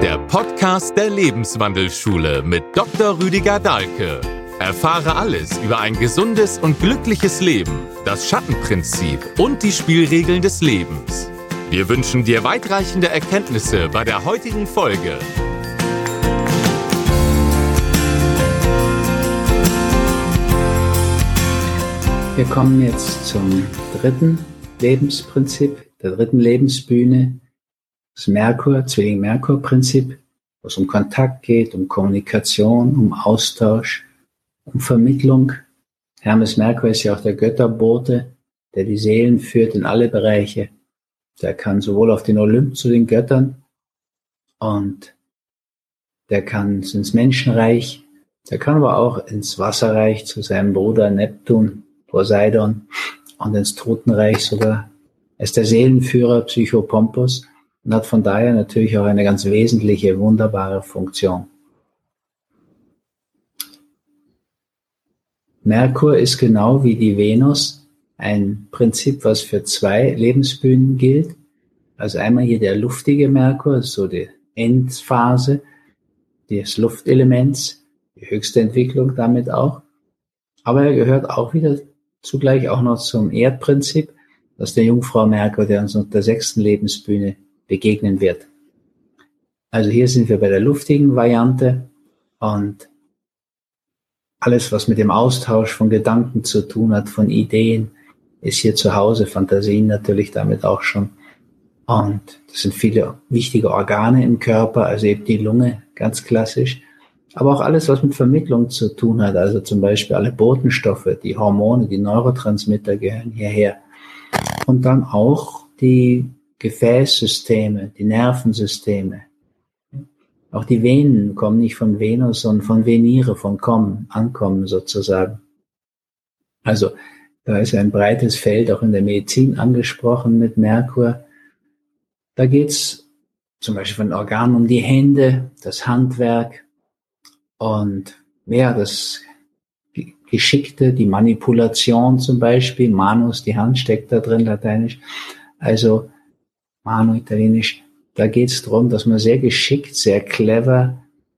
Der Podcast der Lebenswandelschule mit Dr. Rüdiger Dahlke. Erfahre alles über ein gesundes und glückliches Leben, das Schattenprinzip und die Spielregeln des Lebens. Wir wünschen dir weitreichende Erkenntnisse bei der heutigen Folge. Wir kommen jetzt zum dritten Lebensprinzip, der dritten Lebensbühne, das Zwilling-Merkur-Prinzip, wo es um Kontakt geht, um Kommunikation, um Austausch, um Vermittlung. Hermes Merkur ist ja auch der Götterbote, der die Seelen führt in alle Bereiche. Der kann sowohl auf den Olymp zu den Göttern und der kann ins Menschenreich, der kann aber auch ins Wasserreich zu seinem Bruder Neptun, Poseidon, und ins Totenreich sogar. Er ist der Seelenführer Psychopompos und hat von daher natürlich auch eine ganz wesentliche, wunderbare Funktion. Merkur ist genau wie die Venus ein Prinzip, was für zwei Lebensbühnen gilt. Also einmal hier der luftige Merkur, so die Endphase des Luftelements, die höchste Entwicklung damit auch. Aber er gehört auch wieder zugleich auch noch zum Erdprinzip, das der Jungfrau Merkur, der uns auf der 6. Lebensbühne begegnen wird. Also hier sind wir bei der luftigen Variante und alles, was mit dem Austausch von Gedanken zu tun hat, von Ideen, ist hier zu Hause, Fantasien natürlich damit auch schon. Und das sind viele wichtige Organe im Körper, also eben die Lunge, ganz klassisch. Aber auch alles, was mit Vermittlung zu tun hat, also zum Beispiel alle Botenstoffe, die Hormone, die Neurotransmitter gehören hierher. Und dann auch die Gefäßsysteme, die Nervensysteme. Auch die Venen kommen nicht von Venus, sondern von Venire, von Ankommen sozusagen. Also da ist ein breites Feld auch in der Medizin angesprochen mit Merkur. Da geht's zum Beispiel von Organen um die Hände, das Handwerk, und das Geschickte, die Manipulation zum Beispiel, Manus, die Hand steckt da drin, lateinisch, also Manu, italienisch, da geht es darum, dass man sehr geschickt, sehr clever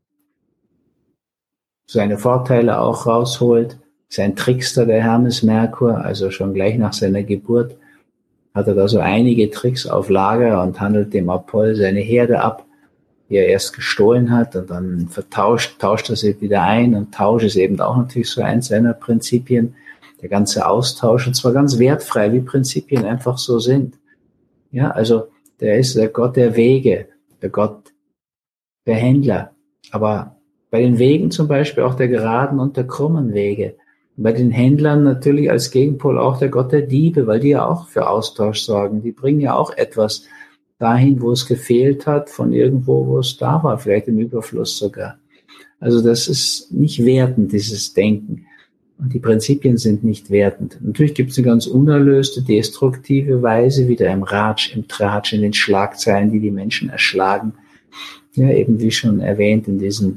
seine Vorteile auch rausholt. Sein Trickster, der Hermes Merkur, also schon gleich nach seiner Geburt, hat er da so einige Tricks auf Lager und handelt dem Apoll seine Herde ab, die er erst gestohlen hat, und dann tauscht er sie wieder ein, und Tausch ist eben auch natürlich so eins seiner Prinzipien, der ganze Austausch, und zwar ganz wertfrei, wie Prinzipien einfach so sind. Ja, also der ist der Gott der Wege, der Gott der Händler, aber bei den Wegen zum Beispiel auch der geraden und der krummen Wege. Und bei den Händlern natürlich als Gegenpol auch der Gott der Diebe, weil die ja auch für Austausch sorgen. Die bringen ja auch etwas dahin, wo es gefehlt hat, von irgendwo, wo es da war, vielleicht im Überfluss sogar. Also das ist nicht wertend, dieses Denken. Und die Prinzipien sind nicht wertend. Natürlich gibt es eine ganz unerlöste, destruktive Weise, wieder im Ratsch, im Tratsch, in den Schlagzeilen, die die Menschen erschlagen. Ja, eben wie schon erwähnt, in diesem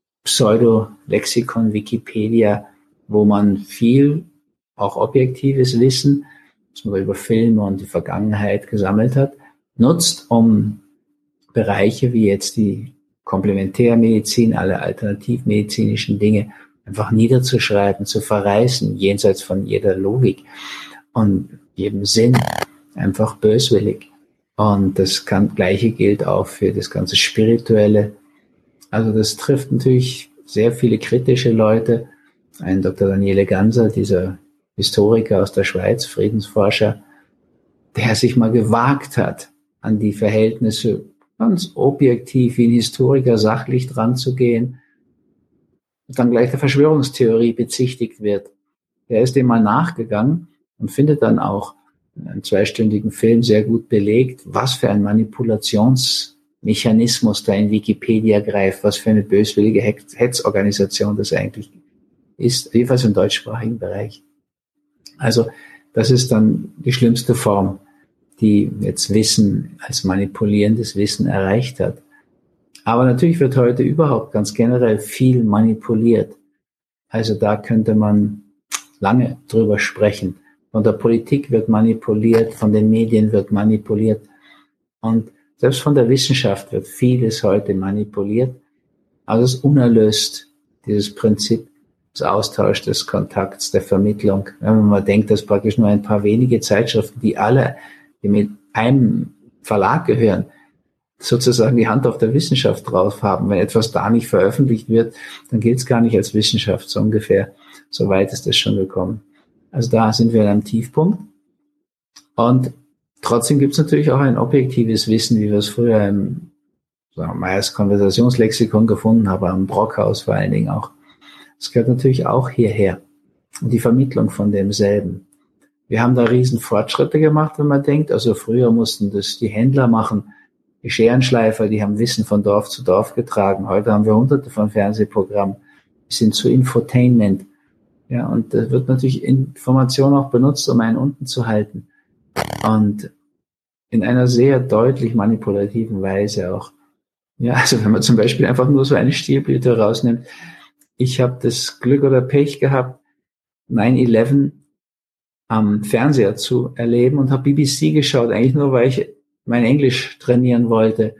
Pseudo-Lexikon Wikipedia, wo man viel, auch objektives Wissen, das man über Filme und die Vergangenheit gesammelt hat, nutzt, um Bereiche wie jetzt die Komplementärmedizin, alle alternativmedizinischen Dinge einfach niederzuschreiben, zu verreißen, jenseits von jeder Logik und jedem Sinn, einfach böswillig. Und das Gleiche gilt auch für das ganze Spirituelle. Also das trifft natürlich sehr viele kritische Leute. Ein Dr. Daniele Ganser, dieser Historiker aus der Schweiz, Friedensforscher, der sich mal gewagt hat, an die Verhältnisse ganz objektiv wie ein Historiker sachlich dran zu gehen, und dann gleich der Verschwörungstheorie bezichtigt wird. Der ist dem mal nachgegangen und findet dann auch in einem 2-stündigen Film sehr gut belegt, was für ein Manipulationsmechanismus da in Wikipedia greift, was für eine böswillige Hetzorganisation das eigentlich ist, jedenfalls im deutschsprachigen Bereich. Also das ist dann die schlimmste Form, die jetzt Wissen als manipulierendes Wissen erreicht hat. Aber natürlich wird heute überhaupt ganz generell viel manipuliert. Also da könnte man lange drüber sprechen. Von der Politik wird manipuliert, von den Medien wird manipuliert. Und Selbst von der Wissenschaft wird vieles heute manipuliert. Also es ist unerlöst, dieses Prinzip des Austauschs, des Kontakts, der Vermittlung. Wenn man mal denkt, dass praktisch nur ein paar wenige Zeitschriften, die mit einem Verlag gehören, sozusagen die Hand auf der Wissenschaft drauf haben. Wenn etwas da nicht veröffentlicht wird, dann gilt es gar nicht als Wissenschaft, so ungefähr. So weit ist das schon gekommen. Also da sind wir am Tiefpunkt. Und trotzdem gibt es natürlich auch ein objektives Wissen, wie wir es früher im Meyers Konversationslexikon gefunden haben, am Brockhaus vor allen Dingen auch. Das gehört natürlich auch hierher. Und die Vermittlung von demselben. Wir haben da riesen Fortschritte gemacht, wenn man denkt. Also früher mussten das die Händler machen, die Scherenschleifer, die haben Wissen von Dorf zu Dorf getragen. Heute haben wir hunderte von Fernsehprogrammen bis hin zu Infotainment. Ja, und da wird natürlich Information auch benutzt, um einen unten zu halten. Und in einer sehr deutlich manipulativen Weise auch. Ja, also wenn man zum Beispiel einfach nur so eine Stilblüte rausnimmt. Ich habe das Glück oder Pech gehabt, 9/11 am Fernseher zu erleben und habe BBC geschaut, eigentlich nur, weil ich mein Englisch trainieren wollte.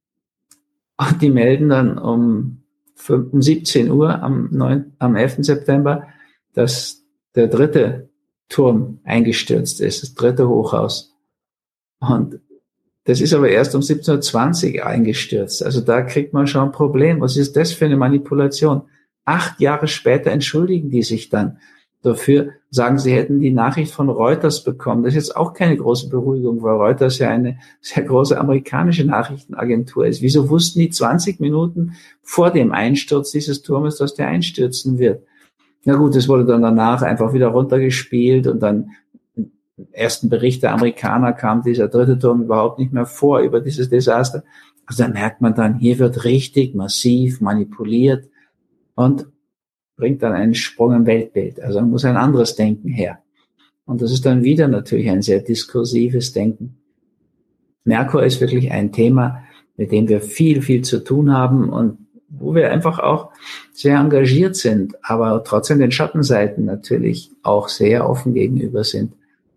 Und die melden dann um 17 Uhr am 11. September, dass der 3. Turm eingestürzt ist, das 3. Hochhaus. Und das ist aber erst um 17:20 Uhr eingestürzt. Also da kriegt man schon ein Problem. Was ist das für eine Manipulation? 8 Jahre später entschuldigen die sich dann dafür, sagen, sie hätten die Nachricht von Reuters bekommen. Das ist jetzt auch keine große Beruhigung, weil Reuters ja eine sehr große amerikanische Nachrichtenagentur ist. Wieso wussten die 20 Minuten vor dem Einsturz dieses Turmes, dass der einstürzen wird? Na gut, es wurde dann danach einfach wieder runtergespielt und dann im ersten Bericht der Amerikaner kam dieser 3. Turm überhaupt nicht mehr vor über dieses Desaster. Also da merkt man dann, hier wird richtig massiv manipuliert und bringt dann einen Sprung im Weltbild. Also man muss ein anderes Denken her. Und das ist dann wieder natürlich ein sehr diskursives Denken. Merkur ist wirklich ein Thema, mit dem wir viel, viel zu tun haben und wo wir einfach auch sehr engagiert sind, aber trotzdem den Schattenseiten natürlich auch sehr offen gegenüber sind.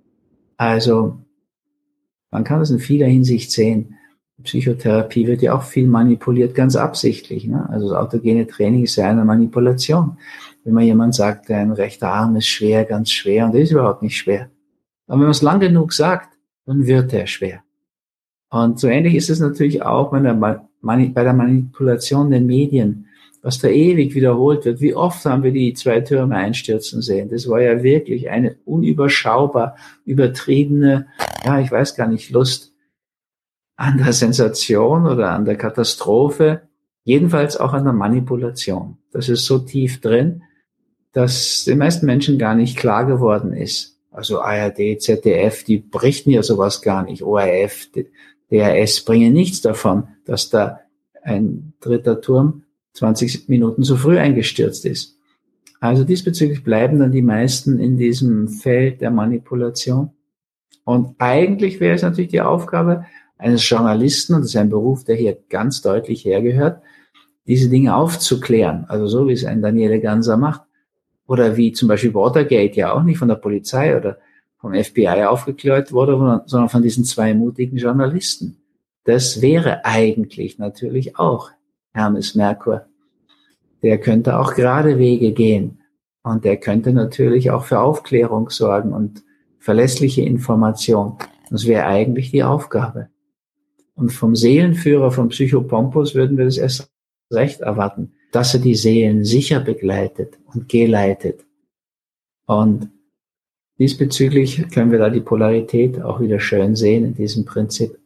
Also man kann das in vieler Hinsicht sehen. Psychotherapie wird ja auch viel manipuliert, ganz absichtlich. Ne? Also das autogene Training ist ja eine Manipulation. Wenn man jemand sagt, dein rechter Arm ist schwer, ganz schwer, und der ist überhaupt nicht schwer. Aber wenn man es lang genug sagt, dann wird er schwer. Und so ähnlich ist es natürlich auch bei der Manipulation der Medien, was da ewig wiederholt wird. Wie oft haben wir die 2 Türme einstürzen sehen? Das war ja wirklich eine unüberschaubar übertriebene, ja, ich weiß gar nicht, Lust an der Sensation oder an der Katastrophe, jedenfalls auch an der Manipulation. Das ist so tief drin, dass den meisten Menschen gar nicht klar geworden ist. Also ARD, ZDF, die berichten ja sowas gar nicht. ORF, DRS bringen nichts davon, dass da ein 3. Turm 20 Minuten zu früh eingestürzt ist. Also diesbezüglich bleiben dann die meisten in diesem Feld der Manipulation. Und eigentlich wäre es natürlich die Aufgabe eines Journalisten, und das ist ein Beruf, der hier ganz deutlich hergehört, diese Dinge aufzuklären. Also so, wie es ein Daniele Ganser macht. Oder wie zum Beispiel Watergate ja auch nicht von der Polizei oder vom FBI aufgeklärt wurde, sondern von diesen 2 mutigen Journalisten. Das wäre eigentlich natürlich auch Hermes Merkur. Der könnte auch gerade Wege gehen. Und der könnte natürlich auch für Aufklärung sorgen und verlässliche Information. Das wäre eigentlich die Aufgabe. Und vom Seelenführer, vom Psychopompus, würden wir das erst recht erwarten, dass er die Seelen sicher begleitet und geleitet. Und diesbezüglich können wir da die Polarität auch wieder schön sehen in diesem Prinzip.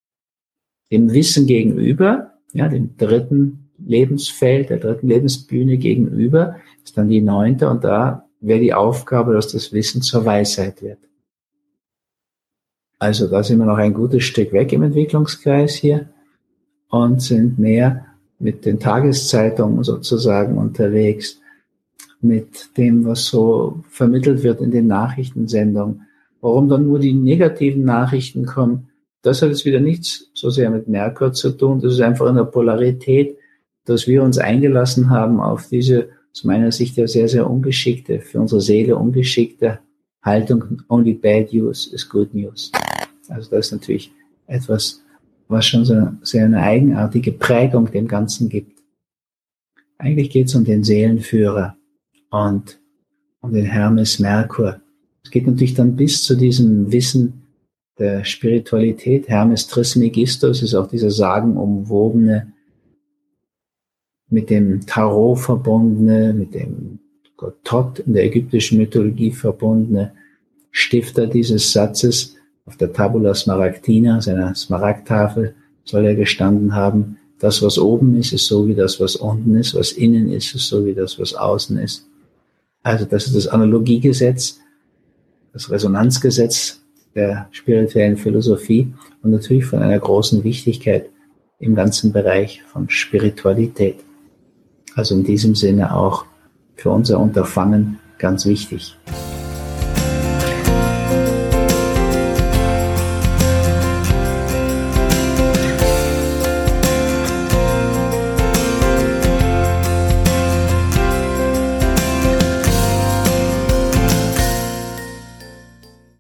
Dem Wissen gegenüber, ja, dem 3. Lebensfeld, der 3. Lebensbühne gegenüber, ist dann die 9. und da wäre die Aufgabe, dass das Wissen zur Weisheit wird. Also da sind wir noch ein gutes Stück weg im Entwicklungskreis hier und sind mehr mit den Tageszeitungen sozusagen unterwegs, mit dem, was so vermittelt wird in den Nachrichtensendungen. Warum dann nur die negativen Nachrichten kommen, das hat jetzt wieder nichts so sehr mit Merkur zu tun. Das ist einfach in der Polarität, dass wir uns eingelassen haben auf diese, aus meiner Sicht ja sehr, sehr ungeschickte, für unsere Seele ungeschickte Haltung. Only bad news is good news. Also das ist natürlich etwas, was schon so eine eigenartige Prägung dem Ganzen gibt. Eigentlich geht es um den Seelenführer und um den Hermes Merkur. Es geht natürlich dann bis zu diesem Wissen der Spiritualität. Hermes Trismegistus ist auch dieser sagenumwobene, mit dem Tarot verbundene, mit dem Gott Thoth in der ägyptischen Mythologie verbundene Stifter dieses Satzes. Auf der Tabula Smaragdina, seiner Smaragdtafel, soll er gestanden haben: Das, was oben ist, ist so wie das, was unten ist. Was innen ist, ist so wie das, was außen ist. Also das ist das Analogiegesetz, das Resonanzgesetz der spirituellen Philosophie und natürlich von einer großen Wichtigkeit im ganzen Bereich von Spiritualität. Also in diesem Sinne auch für unser Unterfangen ganz wichtig.